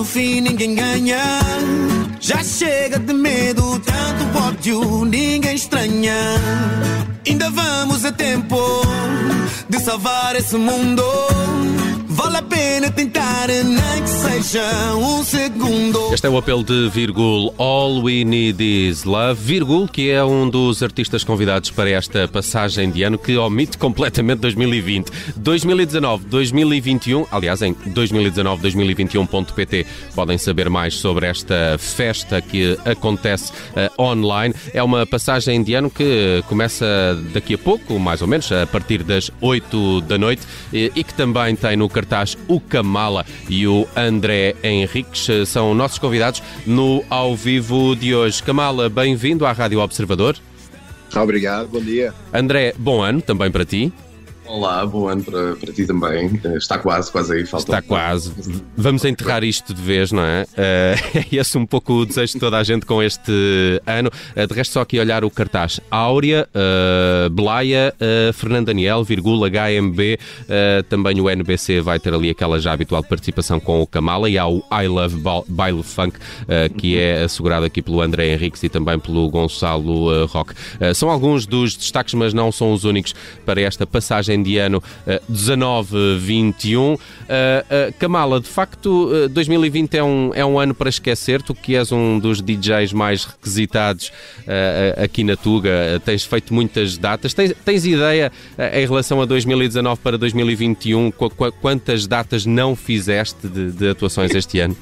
no fim ninguém ganha. Já chega de medo, tanto ódio, ninguém estranha. Ainda vamos a tempo de salvar esse mundo. Vale a pena tentar, nem que seja um segundo. Este é o apelo de Virgul, All We Need Is Love. Virgul, que é um dos artistas convidados para esta passagem de ano, que omite completamente 2020. 2019, 2021, aliás, em 2019-2021.pt podem saber mais sobre esta festa que acontece online. É uma passagem de ano que começa daqui a pouco, mais ou menos, a partir das 8 da noite, e que também tem no cartaz o Kamala e o André Henriques, são nossos convidados no Ao Vivo de hoje. Kamala, bem-vindo à Rádio Observador. Obrigado, bom dia. André, bom ano também para ti. Olá, bom ano para ti também. Está quase aí. Está quase. Vamos enterrar isto de vez, não é? É esse um pouco o desejo de toda a gente com este ano. De resto, só aqui olhar o cartaz. Áurea, Blaia, Fernando Daniel, Virgula, HMB, também o NBC vai ter ali aquela já habitual participação com o Kamala, e há o I Love Baile Funk, que é assegurado aqui pelo André Henriques e também pelo Gonçalo Roque. São alguns dos destaques, mas não são os únicos para esta passagem de ano 19-21. Kamala, de facto, 2020 é um ano para esquecer. Tu que és um dos DJs mais requisitados aqui na Tuga, tens feito muitas datas. Tens ideia em relação a 2019 para 2021 quantas datas não fizeste de atuações este ano?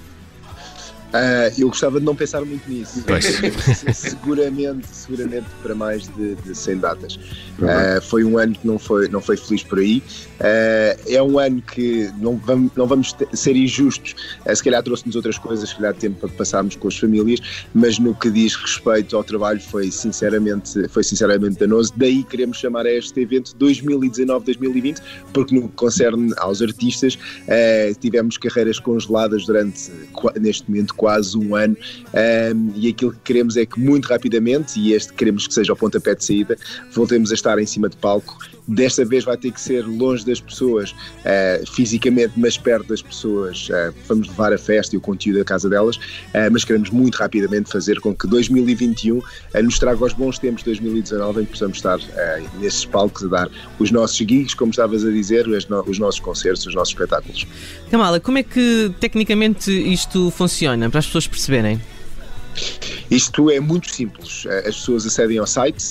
Eu gostava de não pensar muito nisso. Seguramente para mais de 100 datas. Foi um ano que não foi feliz por aí. É um ano que não vamos ser injustos. Se calhar trouxe-nos outras coisas, se calhar tempo para passarmos com as famílias, mas no que diz respeito ao trabalho foi sinceramente danoso. Daí queremos chamar a este evento 2019-2020, porque no que concerne aos artistas, tivemos carreiras congeladas durante, neste momento, quase um ano, e aquilo que queremos é que muito rapidamente, e este queremos que seja o pontapé de saída, voltemos a estar em cima de palco. Desta vez vai ter que ser longe das pessoas, fisicamente, mas perto das pessoas. Vamos levar a festa e o conteúdo da casa delas, mas queremos muito rapidamente fazer com que 2021 nos traga os bons tempos de 2019, em que possamos estar nesses palcos a dar os nossos gigs, como estavas a dizer, os nossos concertos, os nossos espetáculos. Kamala, como é que tecnicamente isto funciona, para as pessoas perceberem? Isto é muito simples. As pessoas acedem ao site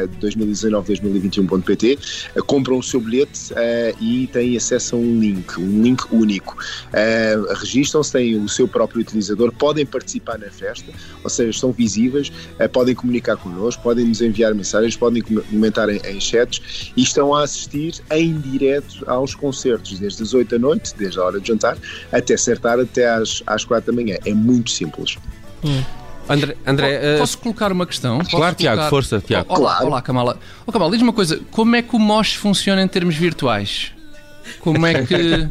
2019-2021.pt, compram o seu bilhete e têm acesso a um link único. Registram-se, têm o seu próprio utilizador, podem participar na festa, ou seja, estão visíveis, podem comunicar connosco, podem nos enviar mensagens, podem comentar em chats e estão a assistir em direto aos concertos, desde as 8 da noite, desde a hora de jantar, até certa hora, até às 4 da manhã. É muito simples. André, posso colocar uma questão? Claro, Tiago, força, Tiago. Claro. Olá, Kamala. Kamala, diz-me uma coisa, como é que o mosh funciona em termos virtuais? Como é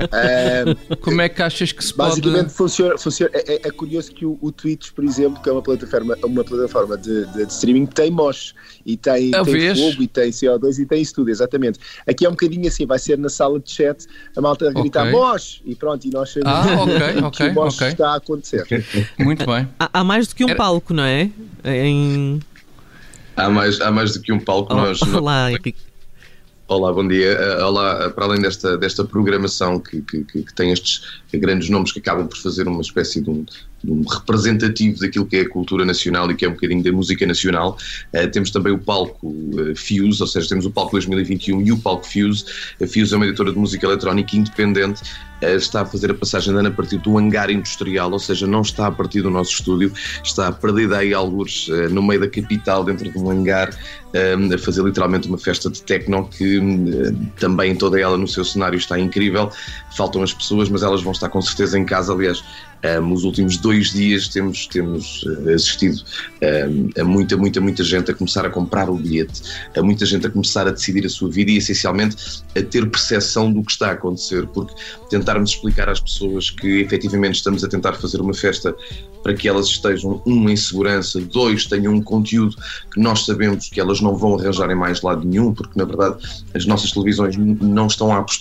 que achas que se basicamente pode... funciona. É curioso que o Twitch, por exemplo, que é uma plataforma de streaming, tem mosh e tem fogo e tem CO2 e tem isso tudo, exatamente. Aqui é um bocadinho assim, vai ser na sala de chat a malta a gritar mosh e pronto, e nós sabemos que o mosh está a acontecer. Muito bem. Há mais do que um palco, não é? Há mais do que um palco. Olá, Henrique. Olá, bom dia. Olá, para além desta programação que tem estes grandes nomes que acabam por fazer uma espécie de um representativo daquilo que é a cultura nacional e que é um bocadinho da música nacional, temos também o palco Fuse, ou seja, temos o palco 2021 e o palco Fuse. A Fuse é uma editora de música eletrónica independente, está a fazer a passagem de ano a partir do hangar industrial, ou seja, não está a partir do nosso estúdio, está perdida aí algures no meio da capital, dentro de um hangar, a fazer literalmente uma festa de techno que também toda ela no seu cenário está incrível. Faltam as pessoas, mas elas vão estar com certeza em casa. Aliás, nos últimos 2 dias temos assistido a muita gente a começar a comprar o bilhete, a muita gente a começar a decidir a sua vida e essencialmente a ter percepção do que está a acontecer, porque tentarmos explicar às pessoas que efetivamente estamos a tentar fazer uma festa para que elas estejam, em segurança, 2, tenham um conteúdo que nós sabemos que elas não vão arranjar em mais lado nenhum, porque na verdade as nossas televisões não estão a apostar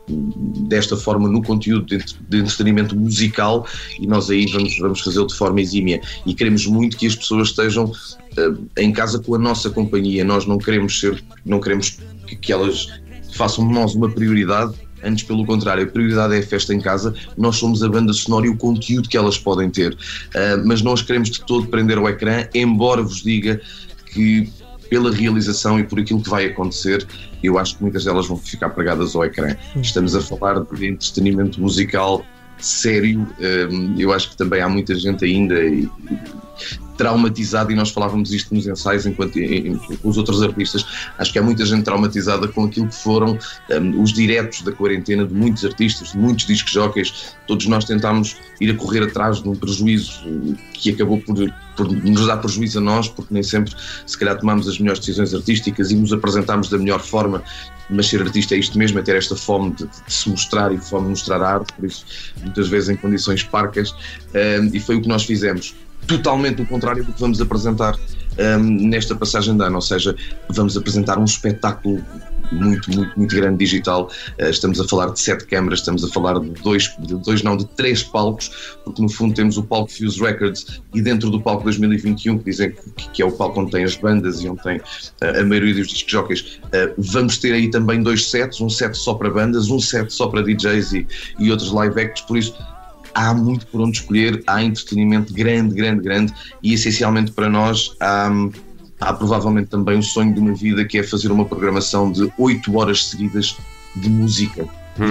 desta forma no conteúdo de entretenimento musical, e nós aí vamos fazê-lo de forma exímia, e queremos muito que as pessoas estejam em casa com a nossa companhia. Nós não queremos que elas façam de nós uma prioridade, antes pelo contrário, a prioridade é a festa em casa. Nós somos a banda sonora e o conteúdo que elas podem ter, mas não as queremos de todo prender ao ecrã, embora vos diga que pela realização e por aquilo que vai acontecer, eu acho que muitas delas vão ficar pregadas ao ecrã. Estamos a falar de entretenimento musical sério. Eu acho que também há muita gente ainda traumatizada, e nós falávamos isto nos ensaios enquanto com os outros artistas. Acho que há muita gente traumatizada com aquilo que foram os diretos da quarentena de muitos artistas, de muitos disc-jockeys. Todos nós tentámos ir a correr atrás de um prejuízo que acabou por nos dar prejuízo a nós, porque nem sempre se calhar tomámos as melhores decisões artísticas e nos apresentámos da melhor forma. Mas ser artista é isto mesmo, é ter esta fome de se mostrar e fome de mostrar a arte, por isso muitas vezes em condições parcas, e foi o que nós fizemos. Totalmente o contrário do que vamos apresentar nesta passagem de ano, ou seja, vamos apresentar um espetáculo muito grande digital. Estamos a falar de 7 câmaras, estamos a falar de 3 palcos, porque no fundo temos o palco Fuse Records e dentro do palco 2021, que dizem que é o palco onde tem as bandas e onde tem a maioria dos disc-jockeys, vamos ter aí também 2 sets, um set só para bandas, um set só para DJs e outros live acts. Por isso há muito por onde escolher, há entretenimento grande, e essencialmente para nós há provavelmente também um sonho de uma vida, que é fazer uma programação de 8 horas seguidas de música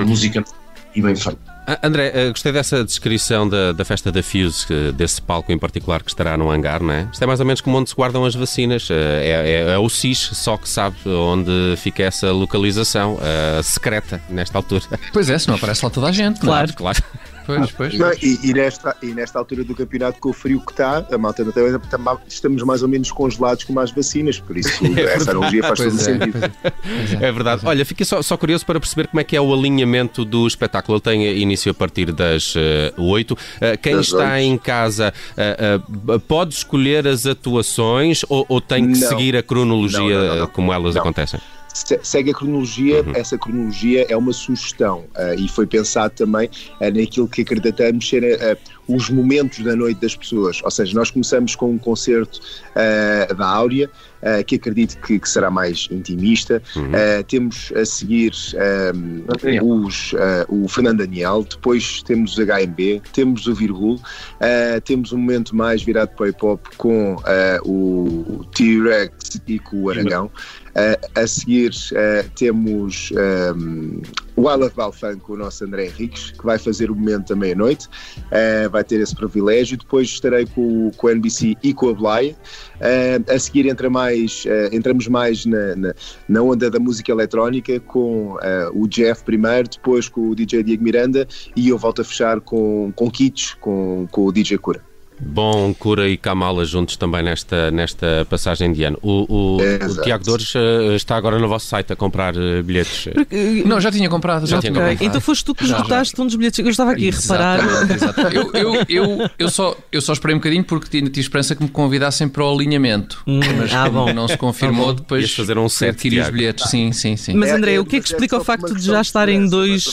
e bem feita. André, gostei dessa descrição da festa da Fuse, desse palco em particular que estará no hangar, não é? Isto é mais ou menos como onde se guardam as vacinas, é o SIS, só que sabe onde fica essa localização secreta nesta altura. Pois é, senão aparece lá toda a gente. Claro. Pois. Não, e nesta altura do campeonato, com o frio que está, a malta da TV, estamos mais ou menos congelados com as vacinas, por isso essa analogia faz todo sentido. É verdade. Olha, fiquei só curioso para perceber como é que é o alinhamento do espetáculo. Ele tem início a partir das 8. Quem está em casa pode escolher as atuações ou tem que seguir a cronologia como elas acontecem? Segue a cronologia. Essa cronologia é uma sugestão e foi pensado também naquilo que acreditamos ser os momentos da noite das pessoas. Ou seja, nós começamos com um concerto da Áurea, que acredito que será mais intimista. Temos a seguir o Fernando Daniel, depois temos o HMB, temos o Virgul, temos um momento mais virado para o hip-hop com o T-Rex e com o Aragão. A seguir temos o I Love Balfan com o nosso André Henriques, que vai fazer o momento da meia-noite, vai ter esse privilégio. Depois estarei com o NBC e com a Blaia. A seguir entramos mais na onda da música eletrónica com o Jeff primeiro, depois com o DJ Diego Miranda, e eu volto a fechar com Kits, com o DJ Cura. Bom, Cura e Kamala juntos também nesta passagem de ano. O Tiago Dores está agora no vosso site a comprar bilhetes. Não, já tinha comprado. Então foste tu que esgotaste um dos bilhetes. Eu estava aqui a reparar. Eu só esperei um bocadinho porque tinha esperança que me convidassem para o alinhamento. Mas não se confirmou, depois ias fazer um set, adquiri os bilhetes. Sim. Mas André, o que é que explica o facto de já estarem dois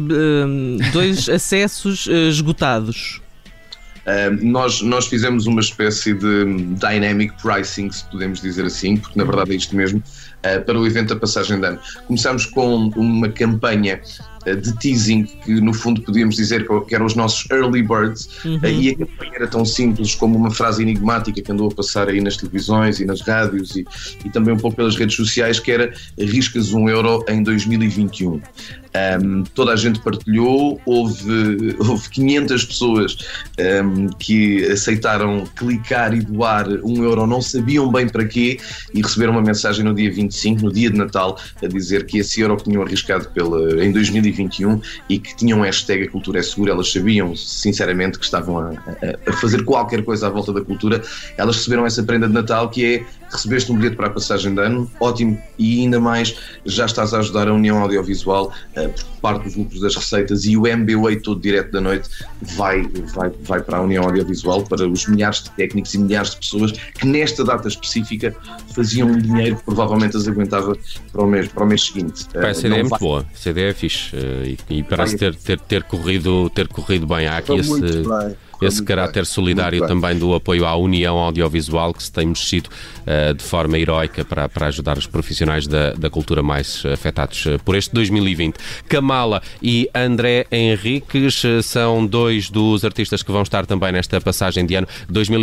acessos esgotados? Nós fizemos uma espécie de dynamic pricing, se podemos dizer assim, porque na verdade é isto mesmo, para o evento da passagem de ano. Começámos com uma campanha de teasing, que no fundo podíamos dizer que eram os nossos early birds, e a campanha era tão simples como uma frase enigmática que andou a passar aí nas televisões e nas rádios e também um pouco pelas redes sociais, que era: arriscas €1 em 2021. Toda a gente partilhou, houve 500 pessoas que aceitaram clicar e doar €1, não sabiam bem para quê, e receberam uma mensagem no dia 25, no dia de Natal, a dizer que esse euro que tinham arriscado em 2021 e que tinham hashtag A Cultura é Segura. Elas sabiam sinceramente que estavam a fazer qualquer coisa à volta da cultura. Elas receberam essa prenda de Natal, que é: recebeste um bilhete para a passagem de ano, ótimo, e ainda mais, já estás a ajudar a União Audiovisual, por parte dos lucros das receitas, e o MBA todo direto da noite vai para a União Audiovisual, para os milhares de técnicos e milhares de pessoas que nesta data específica faziam um dinheiro que provavelmente as aguentava para o mês seguinte. A CD é muito boa, a CD é fixe. e parece ter corrido bem. Há aqui esse caráter solidário também do apoio à União Audiovisual, que se tem mexido de forma heroica para ajudar os profissionais da cultura mais afetados por este 2020. Kamala e André Henriques são dois dos artistas que vão estar também nesta passagem de ano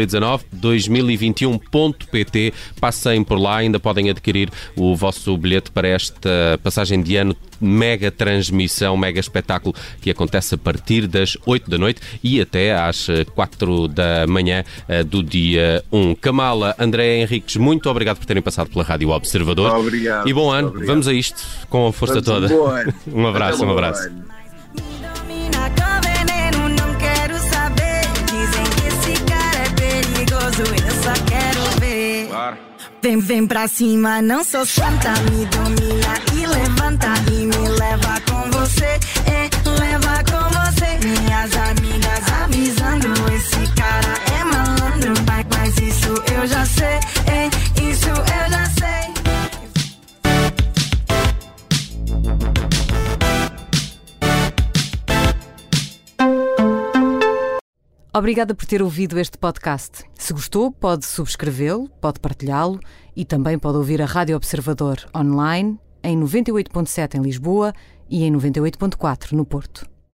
2019-2021.pt. Passem por lá, ainda podem adquirir o vosso bilhete para esta passagem de ano, mega transmissão, mega espetáculo que acontece a partir das 8 da noite e até às 4 da manhã do dia 1. Kamala, André Henriques, muito obrigado por terem passado pela Rádio Observador. Obrigado. E bom ano. Obrigado. Vamos a isto com a força toda. Um abraço, um abraço. Vem pra cima, não sou santa, me domina e levanta e me leva com você, leva com você. Minhas amigas avisando, esse cara é malandro, mas isso eu já sei, isso eu já sei. Obrigada por ter ouvido este podcast. Se gostou, pode subscrevê-lo, pode partilhá-lo e também pode ouvir a Rádio Observador online em 98.7 em Lisboa e em 98.4 no Porto.